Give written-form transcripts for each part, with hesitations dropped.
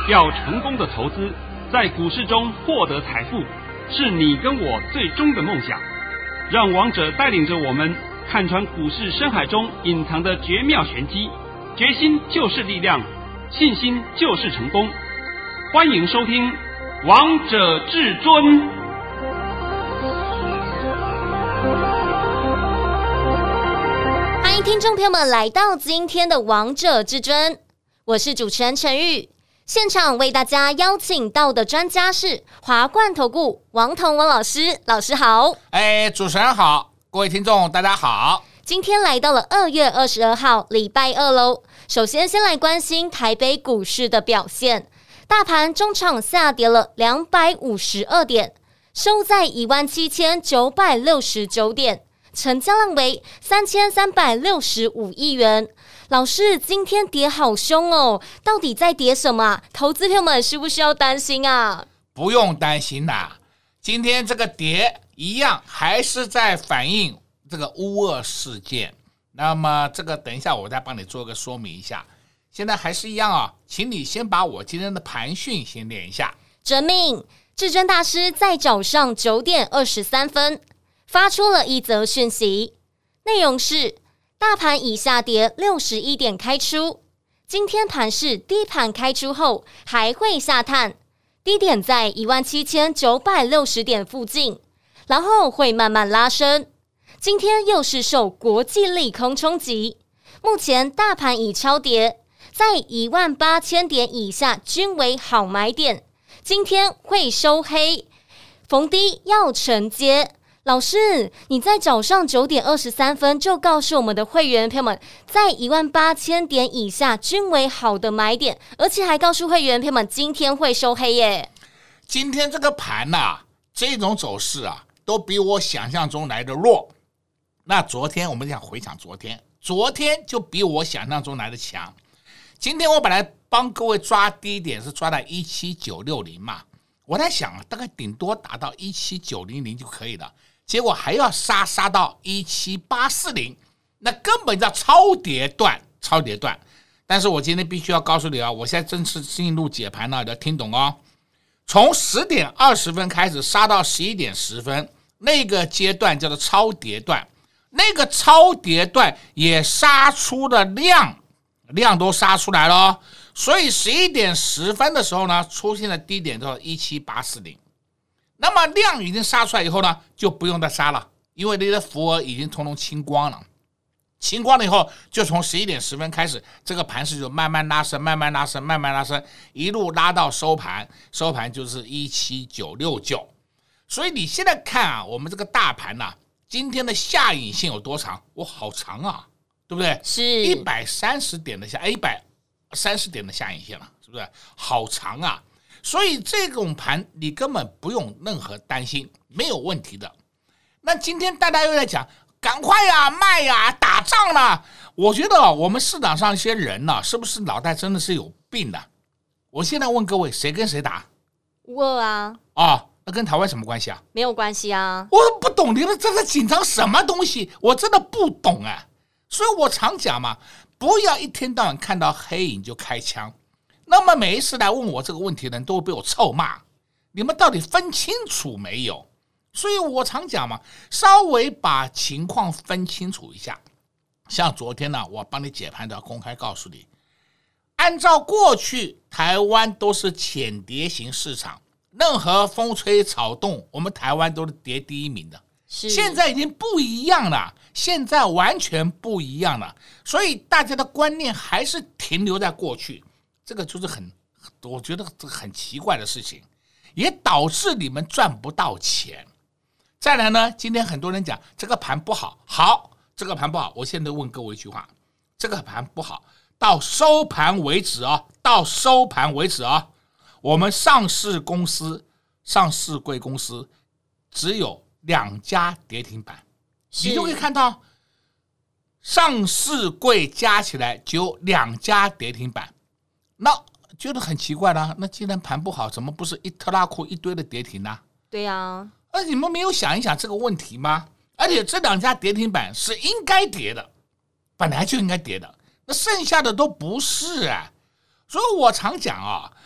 要成功的投资，在股市中获得财富，是你跟我最终的梦想。让王者带领着我们看穿股市深海中隐藏的绝妙玄机，决心就是力量，信心就是成功。欢迎收听《王者至尊》。 欢迎听众朋友们来到今天的《王者至尊》，我是主持人陈玉。现场为大家邀请到的专家是华冠投顾王彤王老师，老师好。 主持人好，各位听众大家好。 今天来到了2月22号礼拜二喽。首先来关心台北股市的表现，大盘中场下跌了252点，收在17969点，成交量为3365亿元。老师，今天跌好凶哦，到底在跌什么？投资朋友们需不需要担心啊？ 不用担心啦，今天这个跌一样还是在反映这个乌俄事件。那么这个等一下我再帮你做个说明一下。现在还是一样啊，请你先把我今天的盘讯先念一下。 遵命。至尊大师在早上9点23分发出了一则讯息，内容是大盘以下跌61点开出，今天盘市低盘开出后还会下探，低点在17960点附近，然后会慢慢拉升。今天又是受国际利空冲击，目前大盘已超跌，在18000点以下均为好买点，今天会收黑，逢低要承接。老师，你在早上9点23分就告诉我们的会员朋友们，在18000点以下均为好的买点，而且还告诉会员朋友们今天会收黑耶。 今天这个盘啊，这种走势啊，都比我想象中来的弱。那昨天我们想回想昨天就比我想象中来的强。今天我本来帮各位抓低点是抓到17960嘛，我在想大概顶多达到17900就可以了。结果还要杀到17840，那根本叫超跌段。但是我今天必须要告诉你啊，我现在正式进入解盘了，你要听懂哦。从10点20分开始杀到11点10分，那个阶段叫做超跌段，那个超跌段也杀出了量都杀出来了，所以11点10分的时候呢，出现了低点叫17840。那么量已经杀出来以后呢，就不用再杀了，因为你的浮额已经统统清光了以后，就从11点10分开始，这个盘势就慢慢拉升，一路拉到收盘就是17969。所以你现在看啊，我们这个大盘啊，今天的下影线有多长？好长啊，对不对？ 是 130点的130点的下影线了，是不是？好长啊！所以这种盘你根本不用任何担心，没有问题的。那今天大家又在讲赶快呀、卖呀、打仗啦，我觉得我们市场上一些人呢，是不是脑袋真的是有病的？我现在问各位，谁跟谁打？ 乌俄啊。 那跟台湾什么关系啊？ 没有关系啊。 我不懂你们这个紧张什么东西，我真的不懂啊。所以我常讲嘛，不要一天到晚看到黑影就开枪。那么每一次来问我这个问题的人都会被我臭骂，你们到底分清楚没有？所以我常讲嘛，稍微把情况分清楚一下。像昨天呢，我帮你解盘的公开告诉你，按照过去台湾都是浅跌型市场，任何风吹草动我们台湾都是跌第一名的。现在已经不一样了，现在完全不一样了，所以大家的观念还是停留在过去，这个就是我觉得这个很奇怪的事情，也导致你们赚不到钱。再来呢，今天很多人讲这个盘不好，这个盘不好，我现在问各位一句话，这个盘不好到收盘为止啊，我们上市柜公司只有2家跌停板，你就可以看到上市柜加起来只有2家跌停板。那觉得很奇怪啦，那既然盘不好，怎么不是一特拉库一堆的跌停呢？ 对啊， 而你们没有想一想这个问题吗？而且这2家跌停板是应该跌的，本来就应该跌的，那剩下的都不是啊。所以我常讲啊，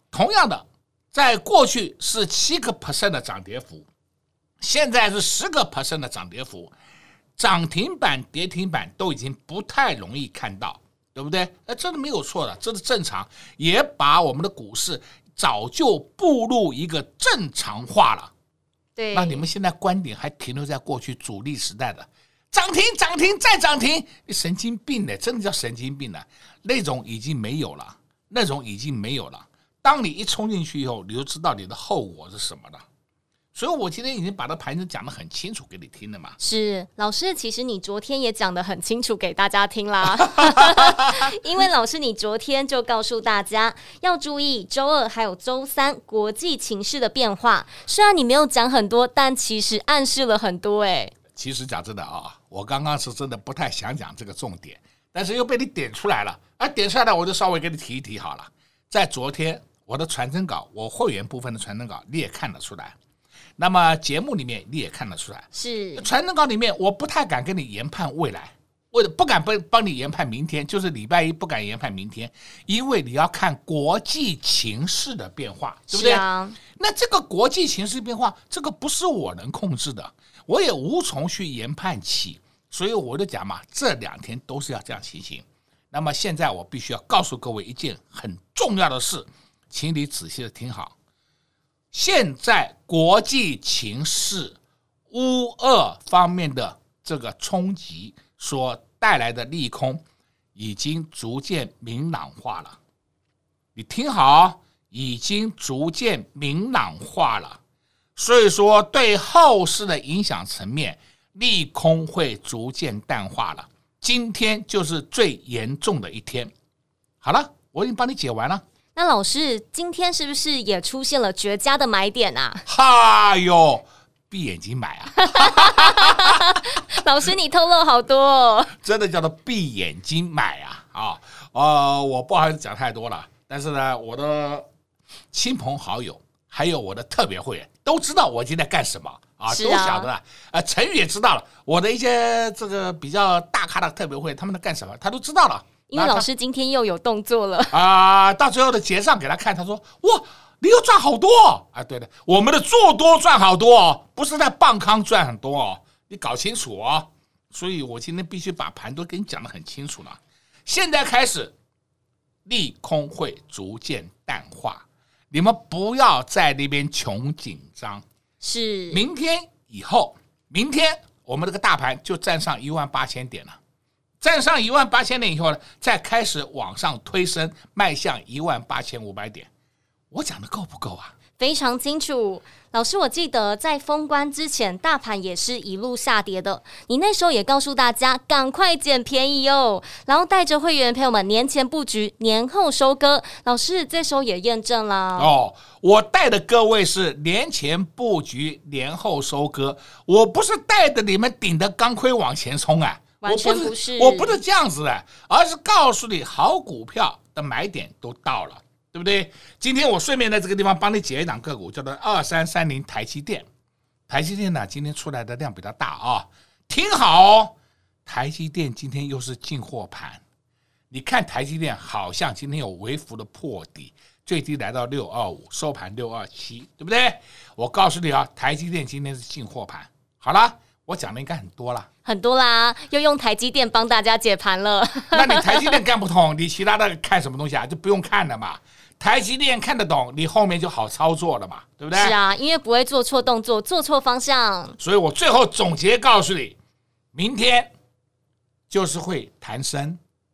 同样的，在过去是7% 的涨跌幅，现在是10% 的涨跌幅，涨停板跌停板都已经不太容易看到，对不对？这是没有错的，这是正常，也把我们的股市早就步入一个正常化了。 对， 那你们现在观点还停留在过去主力时代的涨停涨停再涨停，你神经病的，真的叫神经病的，那种已经没有了，那种已经没有了。当你一冲进去以后，你就知道你的后果是什么了。所以我今天已经把这盘子讲得很清楚给你听了嘛。 是，老师，其实你昨天也讲得很清楚给大家听啦。因为老师你昨天就告诉大家要注意周二还有周三国际情势的变化，虽然你没有讲很多，但其实暗示了很多耶。 其实讲真的啊，我刚刚是真的不太想讲这个重点，但是又被你点出来了，点出来了我就稍微给你提一提好了。在昨天我的传真稿，我会员部分的传真稿你也看得出来，那么节目里面你也看得出来， 是传真稿里面我不太敢跟你研判未来，不敢帮你研判明天，就是礼拜一不敢研判明天，因为你要看国际情势的变化，对不对？那这个国际情势变化，这个不是我能控制的，我也无从去研判起，所以我就讲嘛，这2天都是要这样情形。那么现在我必须要告诉各位一件很重要的事，请你仔细的听好。现在国际情势乌俄方面的这个冲击所带来的利空已经逐渐明朗化了，你听好，已经逐渐明朗化了。所以说对后市的影响层面，利空会逐渐淡化了。今天就是最严重的一天。好了，我已经帮你解完了。 那老师，今天是不是也出现了绝佳的买点啊？ 哈哟，闭眼睛买啊！ 老师，你透露好多哦， 真的叫做闭眼睛买啊！我不好意思讲太多了，但是呢，我的亲朋好友还有我的特别会员都知道我今天干什么啊，都晓得了。陈宇也知道了，我的一些这个比较大咖的特别会员，他们在干什么，他都知道了。 因为老师今天又有动作了到最后的结账给他看，他说：“哇，你又赚好多啊！”对的，我们的做多赚好多哦，不是在棒康赚很多哦，你搞清楚哦。所以我今天必须把盘都给你讲得很清楚了。现在开始，利空会逐渐淡化，你们不要在那边穷紧张。 是， 明天以后，明天我们这个大盘就站上18000点了。站上18000点以后呢，再开始往上推升，迈向18500点。我讲的够不够啊？ 非常清楚。老师，我记得在封关之前，大盘也是一路下跌的。你那时候也告诉大家赶快捡便宜哦，然后带着会员朋友们年前布局，年后收割。老师这时候也验证了哦，我带的各位是年前布局，年后收割，我不是带着你们顶着钢盔往前冲啊。 完全不是， 我不是这样子的，而是告诉你好股票的买点都到了，对不对？今天我顺便在这个地方帮你解一档个股，叫做2330台积电。台积电呢，今天出来的量比较大啊，听好哦，台积电今天又是进货盘。你看台积电好像今天有微幅的破底，最低来到625，收盘627，对不对？我告诉你啊，台积电今天是进货盘。好了。我讲的应该很多了， 很多啦，又用台积电帮大家解盘了。 那你台积电看不懂，你其他的看什么东西啊？就不用看了嘛。台积电看得懂，你后面就好操作了嘛，对不对？ 是啊，因为不会做错动作，做错方向。 所以我最后总结告诉你，明天就是会弹升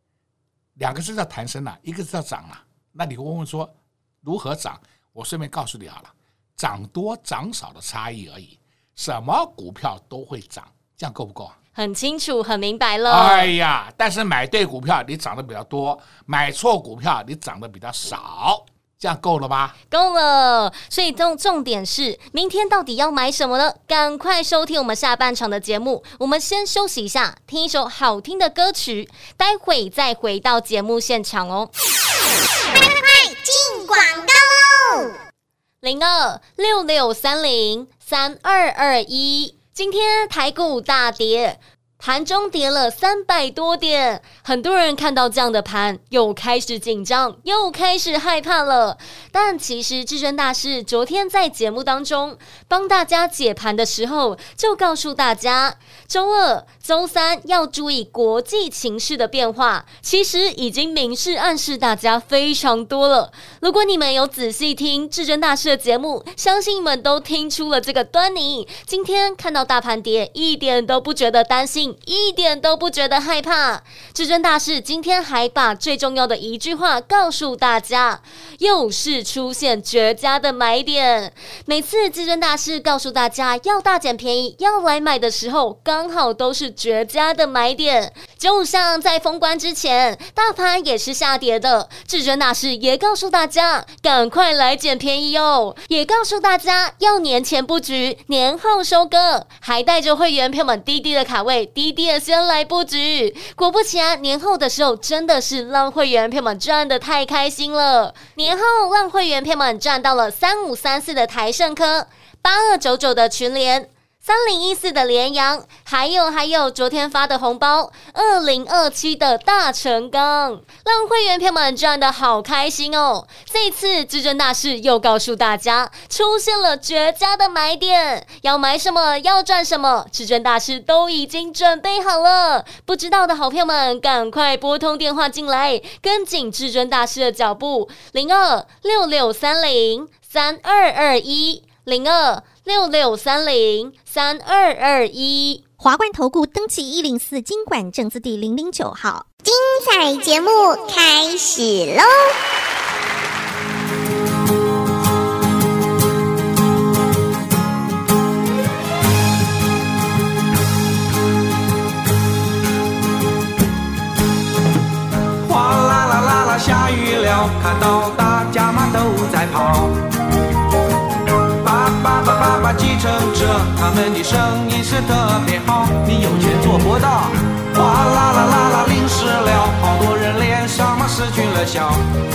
，2个字叫弹升了，一个字叫涨了。那你会问问说如何涨？我顺便告诉你好了，涨多涨少的差异而已。什么股票都会涨，这样够不够？ 很清楚，很明白了。 哎呀，但是买对股票你涨得比较多，买错股票你涨得比较少，这样够了吧？ 够了。所以重点是，明天到底要买什么呢？赶快收听我们下半场的节目。我们先休息一下，听一首好听的歌曲，待会再回到节目现场哦。 快进广告喽 ！0266303221，今天台股大跌， 盘中跌了300多点，很多人看到这样的盘，又开始紧张，又开始害怕了。但其实至尊大师昨天在节目当中帮大家解盘的时候，就告诉大家，周二、周三要注意国际情势的变化。其实已经明示暗示大家非常多了。如果你们有仔细听至尊大师的节目，相信你们都听出了这个端倪。今天看到大盘跌，一点都不觉得担心，一点都不觉得害怕。至尊大师今天还把最重要的一句话告诉大家，又是出现绝佳的买点。每次至尊大师告诉大家要大捡便宜，要来买的时候，刚好都是绝佳的买点。就像在封关之前，大盘也是下跌的，至尊大师也告诉大家赶快来捡便宜哦，也告诉大家要年前布局，年后收割，还带着会员朋友们低低的卡位，低低的先来布局。果不其然，年后的时候真的是让会员朋友们赚得太开心了。年后让会员朋友们赚到了3534的台盛科，8299的群联，3014的联阳，还有昨天发的红包2027的大成钢，让会员朋友们赚得好开心哦。这次至尊大师又告诉大家，出现了绝佳的买点，要买什么，要赚什么，至尊大师都已经准备好了。不知道的好朋友们，赶快拨通电话进来，跟紧至尊大师的脚步，02-6630-3221，02-6630-3221。 华冠投顾登记104金管证字第009号。 精彩节目开始喽！ 哗啦啦啦啦，下雨了，看到大家嘛都在跑。爸，计程车，他们的生意是特别好。你有钱做不到，哗啦啦啦啦，淋湿了，好多人脸上嘛失去了笑。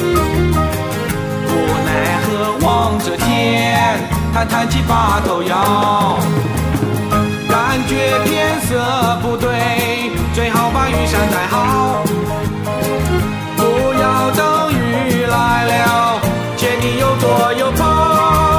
无奈何望着天，弹起把头摇，感觉天色不对，最好把雨伞带好，不要等雨来了，见你又躲又跑。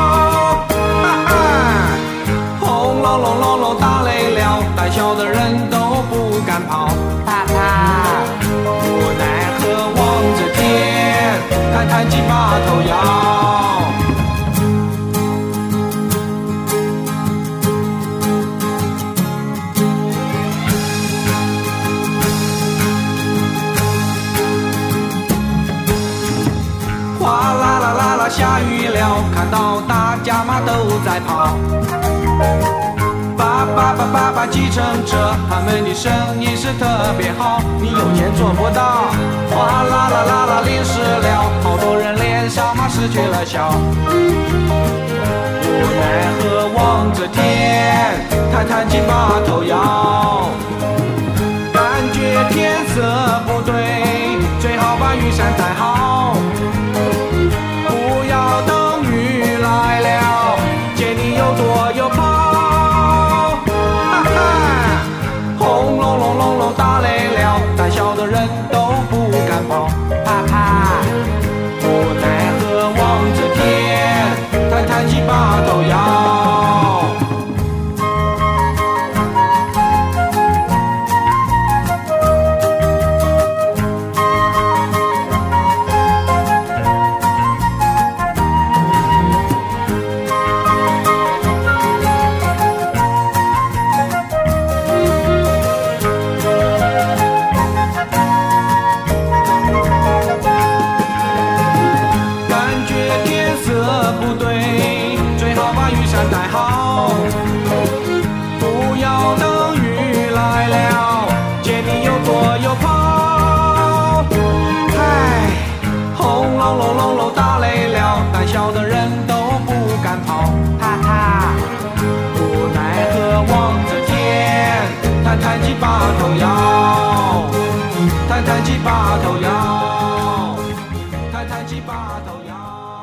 隆隆隆打雷了，胆小的人都不敢跑，怕怕。无奈何望着天，弹起把头摇。哗啦啦啦啦，下雨了，看到大家嘛都在跑。爸，计程车，他们的生意是特别好。你有钱做不到，哗啦啦啦啦，淋湿了，好多人脸上嘛失去了笑。无奈何望着天，弹起把头摇，感觉天色不对，最好把雨伞带好，不要等雨来了，见你又躲又跑。隆隆打雷了，胆小的人都不敢跑，怕怕。无奈何望着天，弹起把头摇。带好，不要等雨来了，见你又躲又跑。嗨，轰隆隆隆隆打雷了，胆小的人都不敢跑，怕怕。无奈何望着天，弹起把头摇，弹起把头摇，弹起把头摇。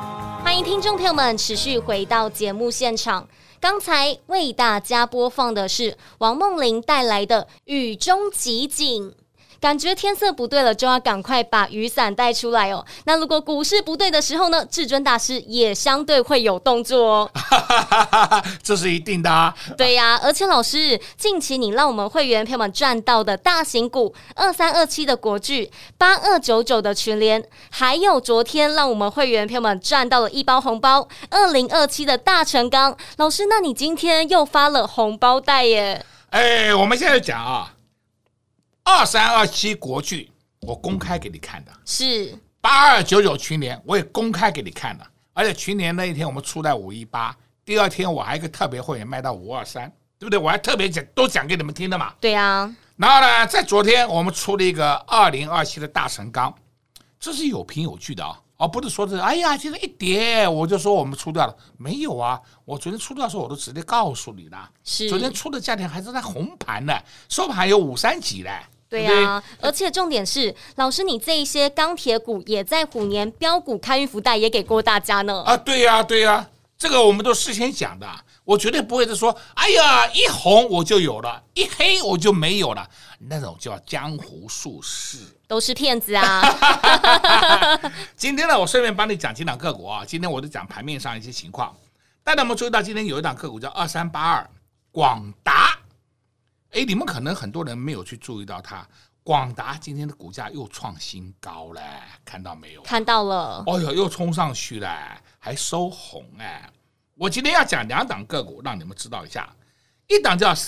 欢迎听众朋友们持续回到节目现场。刚才为大家播放的是王梦玲带来的《雨中集锦》。感觉天色不对了，就要赶快把雨伞带出来哦。那如果股市不对的时候呢，至尊大师也相对会有动作哦。 这是一定的啊。 对呀，而且老师，近期你让我们会员朋友们赚到的大型股2327的国巨、8299的群联，还有昨天让我们会员朋友们赚到了一包红包2027的大成钢。老师，那你今天又发了红包袋耶？ 我们现在讲啊。2327国巨，我公开给你看的， 是 8299群联，我也公开给你看的，而且群联那一天我们出在518，第二天我还有一个特别会员卖到523，对不对？我还特别讲给你们听的嘛。 对啊。 然后呢，在昨天我们出了一个2027的大成钢，这是有凭有据的啊，不是说这哎呀，现在一跌我就说我们出掉了，没有啊，我昨天出掉的时候我都直接告诉你了， 是昨天出的价钱还是在红盘呢，收盘有53几嘞。 对啊，而且重点是，老师你这一些钢铁股也在虎年标股开运福袋也给过大家呢。 啊，对呀，对呀，这个我们都事先讲的，我绝对不会是说，哎呀，一红我就有了，一黑我就没有了，那种叫江湖术士， 都是骗子啊。 今天呢，我顺便帮你讲几档个股啊，今天我就讲盘面上一些情况。大家有没有注意到今天有一档个股叫2382广达？你们可能很多人没有去注意到它，广达今天的股价又创新高了，看到没有？ 看到了。 哦哟，又冲上去了，还收红我今天要讲两档个股，让你们知道一下。一档叫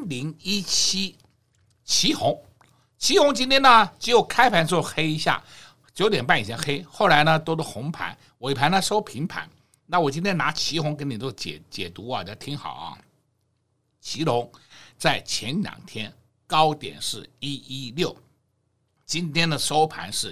3017奇宏，奇宏今天呢只有开盘之后黑一下，9点半以前黑，后来呢都是红盘，尾盘呢收平盘。那我今天拿奇宏跟你都解读啊，大家听好啊。奇宏在前2天高点是116，今天的收盘是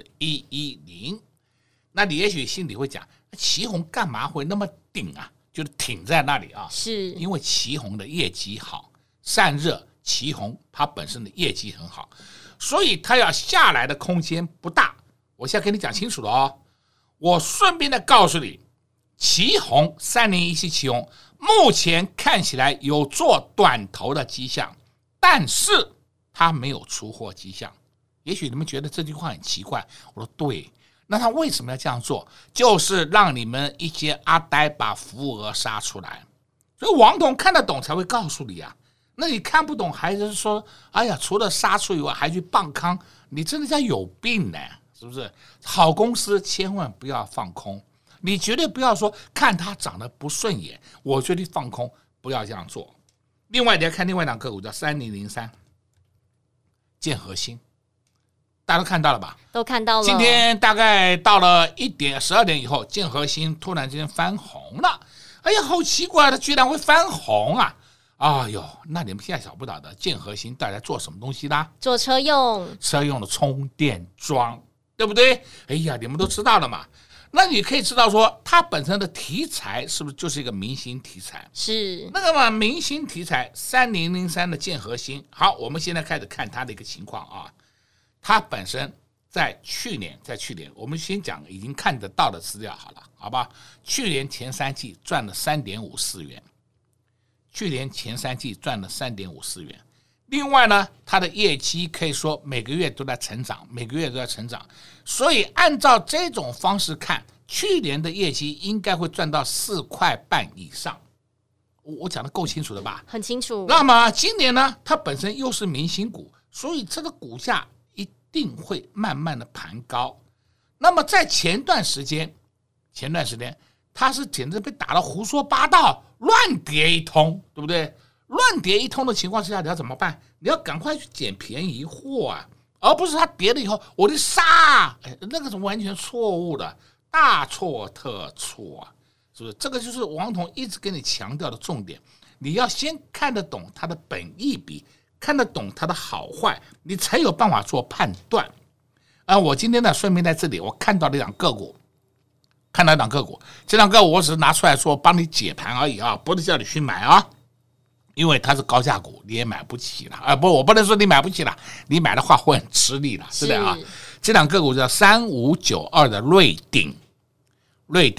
110。那你也许心里会讲，奇宏干嘛会那么顶啊？就是挺在那里啊， 是因为奇宏的业绩好，散热奇宏它本身的业绩很好，所以它要下来的空间不大。我现在跟你讲清楚了哦，我顺便的告诉你，奇宏3017奇宏目前看起来有做短头的迹象，但是它没有出货迹象。也许你们觉得这句话很奇怪，我说对，那他为什么要这样做？就是让你们一些阿呆把服务额杀出来。所以王董看得懂才会告诉你啊，那你看不懂还是说，哎呀，除了杀出以外还去傍康，你真的叫有病呢，是不是？好公司千万不要放空，你绝对不要说看它长得不顺眼我就去放空，不要这样做。另外你要看另外一档个股叫3003建和兴，大家都看到了吧？ 都看到了。 今天大概到了12点以后，建和兴突然之间翻红了。哎呀，好奇怪，它居然会翻红啊！哎呦，那你们现在晓不晓得建和兴大家做什么东西啦？ 做车用的充电桩，对不对？哎呀，你们都知道了嘛。那你可以知道说，它本身的题材是不是就是一个明星题材？ 是。 那么明星题材3003的建和兴，好，我们现在开始看它的一个情况啊。它本身在去年，我们先讲已经看得到的资料好了，好吧？去年前3季赚了3.54元，去年前3季赚了3.54元。另外呢，它的业绩可以说每个月都在成长，所以按照这种方式看，去年的业绩应该会赚到4块半以上。我讲的够清楚了吧？ 很清楚。 那么今年呢，它本身又是明星股，所以这个股价一定会慢慢的盘高。那么在前段时间它是简直被打得胡说八道，乱跌一通，对不对？乱跌一通的情况之下，你要怎么办？你要赶快去捡便宜货啊，而不是它跌了以后我就杀，那个是完全错误的，大错特错啊，是不是？这个就是王彤一直跟你强调的重点，你要先看得懂它的本益比，看得懂它的好坏，你才有办法做判断。我今天呢，顺便在这里我看到了一档个股，这档个股我只是拿出来说帮你解盘而已啊，不是叫你去买啊。因为它是高价股，你也买不起了我不能说你买不起了，你买的话会很吃力了，是的啊。这档个股叫3592的瑞鼎，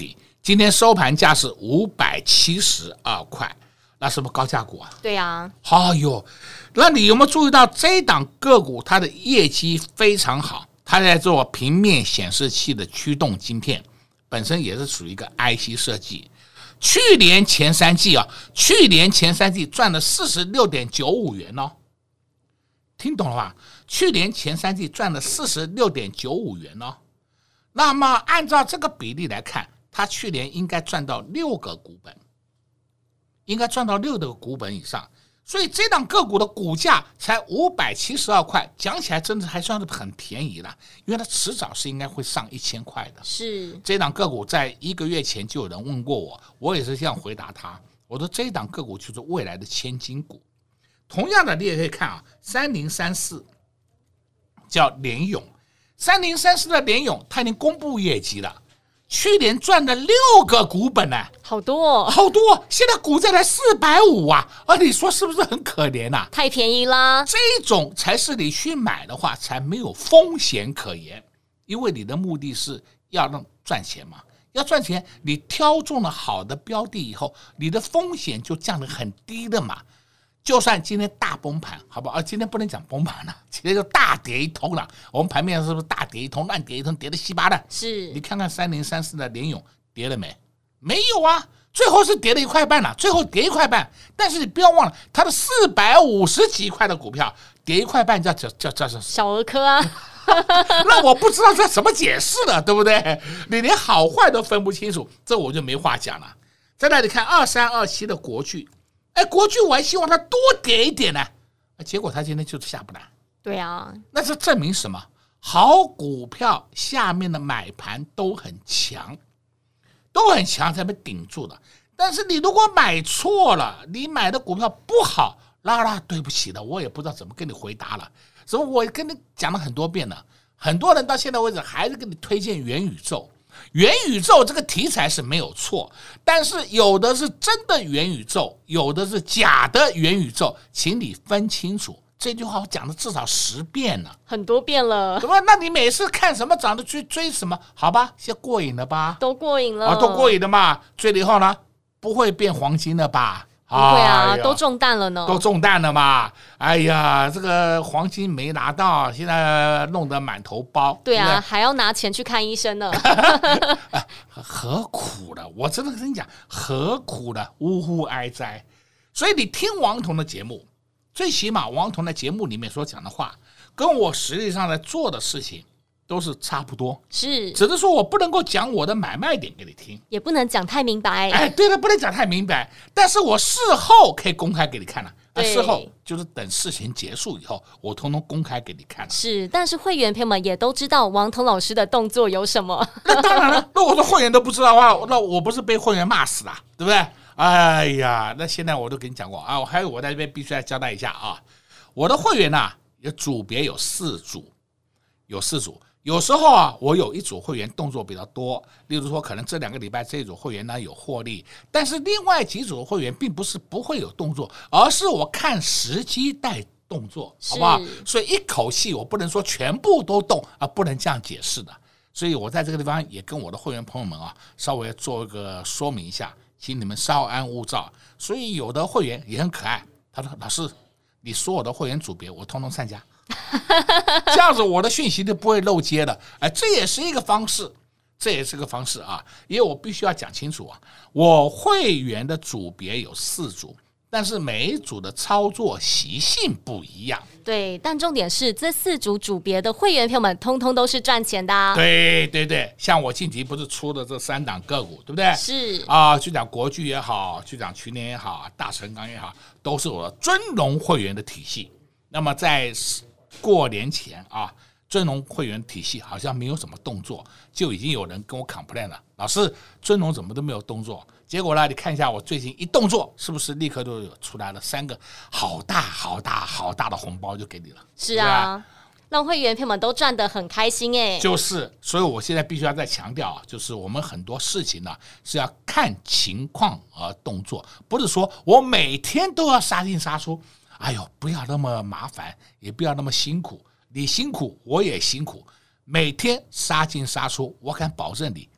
今天收盘价是572块，那是不是高价股啊？ 对啊， 哎呦，那你有没有注意到这一档个股它的业绩非常好？它在做平面显示器的驱动晶片，本身也是属于一个 IC 设计。去年前三季赚了46.95元哦，听懂了吧？去年前三季赚了46.95元哦。那么按照这个比例来看，它去年应该赚到6个股本，应该赚到6个股本以上。所以这档个股的股价才572块，讲起来真的还算是很便宜了，因为它迟早是应该会上1000块的。 是这档个股在1个月前就有人问过我，我也是这样回答他，我说这档个股就是未来的千金股。同样的你也可以看啊，3034叫联咏，3034的联咏它已经公布业绩了，去年赚了6个股本呢， 好多哦， 好多，现在股价才450啊，你说是不是很可怜啊？ 太便宜啦。 这种才是你去买的话才没有风险可言，因为你的目的是要让赚钱嘛，要赚钱，你挑中了好的标的以后，你的风险就降得很低的嘛。就算今天大崩盘，好不好？今天不能讲崩盘了，今天就大跌一通了。我们盘面上是不是大跌一通、乱跌一通，跌得稀巴的？ 是， 你看看3034的联咏跌了没？没有啊，最后是跌了1块半了，最后跌1块半。但是你不要忘了，它的450几块的股票跌1块半，叫小儿科啊。 那我不知道这怎么解释了，对不对？你连好坏都分不清楚，这我就没话讲了。再来，你看2327的国巨。国巨我还希望它多跌一点呢，结果它今天就是下不来。 对啊， 那这证明什么？好股票下面的买盘都很强，才被顶住的。但是你如果买错了，你买的股票不好，那对不起的，我也不知道怎么跟你回答了。所以我跟你讲了很多遍了，很多人到现在为止还是给你推荐元宇宙。元宇宙这个题材是没有错，但是有的是真的元宇宙，有的是假的元宇宙，请你分清楚。这句话我讲了至少10遍了， 很多遍了。 怎么？那你每次看什么涨的去追什么？好吧，先过瘾了吧？ 都过瘾了， 都过瘾了嘛？追了以后呢，不会变黄金了吧？ 不会啊，都中弹了呢。 都中弹了嘛？哎呀，这个黄金没拿到，现在弄得满头包。 对啊， 对还要拿钱去看医生呢。 何苦了？我真的跟你讲，何苦了？呜呼哀哉！所以你听王彤的节目，最起码王彤的节目里面所讲的话，跟我实际上在做的事情都是差不多， 是， 只是说我不能够讲我的买卖点给你听， 也不能讲太明白。 对了，不能讲太明白，但是我事后可以公开给你看了。事后就是等事情结束以后，我通通公开给你看了。 是，但是会员朋友们也都知道王彤老师的动作有什么。 那当然了，那我的会员都不知道的话，那我不是被会员骂死了，对不对？哎呀，那现在我都跟你讲过啊，还有我在这边必须要交代一下啊，我的会员呢，有组别有4组，有时候啊，我有一组会员动作比较多，例如说可能这2个礼拜这一组会员呢有获利，但是另外几组会员并不是不会有动作，而是我看时机带动作，好不好？所以一口气我不能说全部都动啊，不能这样解释的。所以我在这个地方也跟我的会员朋友们啊，稍微做一个说明一下，请你们稍安勿躁。所以有的会员也很可爱，他说：“老师，你说我的会员组别，我通通参加。”这样子我的讯息就不会漏接了，这也是一个方式，啊！因为我必须要讲清楚啊，我会员的组别有4组，但是每一组的操作习性不一样。 对，但重点是这4组组别的会员朋友们通通都是赚钱的啊。 对，像我近期不是出的这3档个股，对不对？ 是啊，去讲国巨也好，去讲群联也好，大成钢也好，都是我的尊荣会员的体系。那么在过年前啊，尊荣会员体系好像没有什么动作，就已经有人跟我 complain 了，老师，尊荣怎么都没有动作？结果呢，你看一下我最近一动作，是不是立刻就有出来了3个好大的红包就给你了？ 是啊，让会员朋友们都赚得很开心哎。 就是，所以我现在必须要再强调啊，就是我们很多事情呢是要看情况而动作，不是说我每天都要杀进杀出。哎呦，不要那么麻烦，也不要那么辛苦，你辛苦我也辛苦，每天杀进杀出，我敢保证你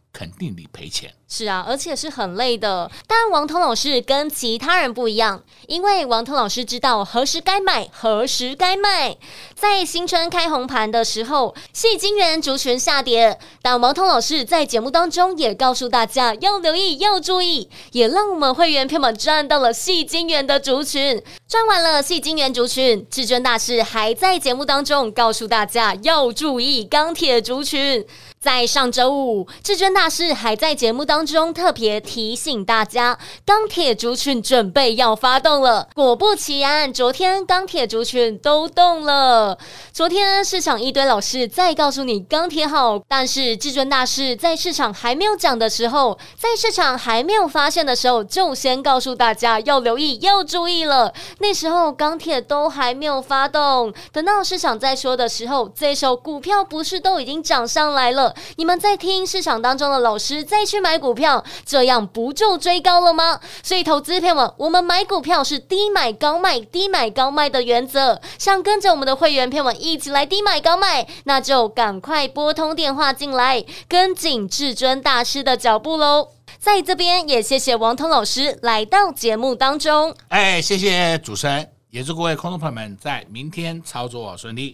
肯定你赔钱。 是啊，而且是很累的。但王彤老师跟其他人不一样，因为王彤老师知道何时该买，何时该卖。在新春开红盘的时候，矽晶圆族群下跌，但王彤老师在节目当中也告诉大家要留意，要注意，也让我们会员朋友们赚到了矽晶圆的族群。赚完了矽晶圆族群，至尊大师还在节目当中告诉大家要注意钢铁族群。在上周五，至尊大师还在节目当中特别提醒大家，钢铁族群准备要发动了。果不其然，昨天钢铁族群都动了。昨天市场一堆老师在告诉你钢铁好，但是至尊大师在市场还没有讲的时候，在市场还没有发现的时候，就先告诉大家要留意，要注意了。那时候钢铁都还没有发动，等到市场在说的时候，这手股票不是都已经涨上来了？你们在听市场当中的老师再去买股票，这样不就追高了吗？所以投资朋友们，我们买股票是低买高卖，低买高卖的原则。想跟着我们的会员朋友们一起来低买高卖，那就赶快拨通电话进来，跟紧至尊大师的脚步咯。在这边也谢谢王彤老师来到节目当中。 谢谢主持人，也祝各位空头朋友们在明天操作顺利。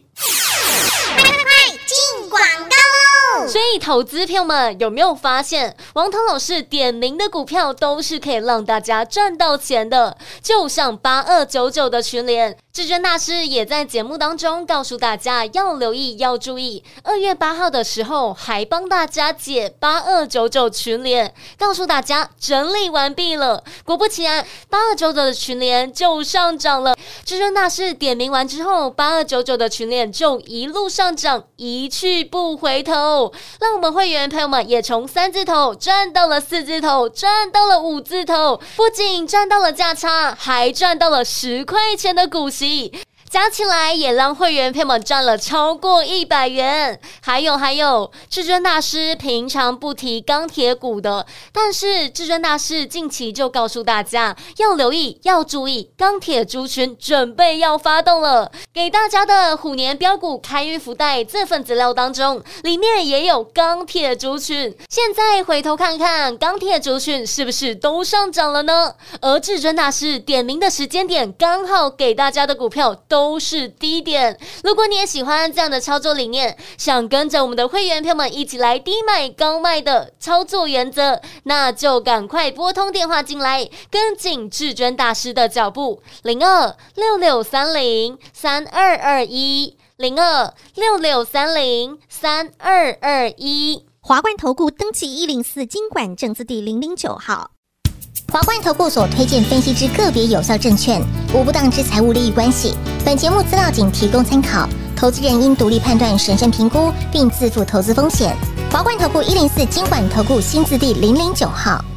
进广告喽！ 所以投资朋友们有没有发现，王彤老师点名的股票都是可以让大家赚到钱的？就像8299的群联，至尊大师也在节目当中告诉大家要留意，要注意。2月8号的时候还帮大家解8299群联，告诉大家整理完毕了。果不其然，8299的群联就上涨了。至尊大师点名完之后，8299的群联就一路上涨，一去不回头，让我们会员朋友们也从3字头赚到了4字头，赚到了5字头，不仅赚到了价差，还赚到了10块钱的股息。加起来也让会员朋友们赚了超过100元。还有，至尊大师平常不提钢铁股的，但是至尊大师近期就告诉大家要留意，要注意，钢铁族群准备要发动了。给大家的虎年标股开运福袋这份资料当中，里面也有钢铁族群。现在回头看看，钢铁族群是不是都上涨了呢？而至尊大师点名的时间点，刚好给大家的股票都是低点。如果你也喜欢这样的操作理念，想跟着我们的会员朋友们一起来低买高卖的操作原则，那就赶快拨通电话进来，跟紧至尊大师的脚步。02-6630-3221 02-6630-3221。 华冠投顾登记104金管证字第009号。 华冠投顾所推荐分析之个别有效证券，无不当之财务利益关系。本节目资料仅提供参考，投资人应独立判断、审慎评估，并自负投资风险。华冠投顾104金管投顾新字第009号。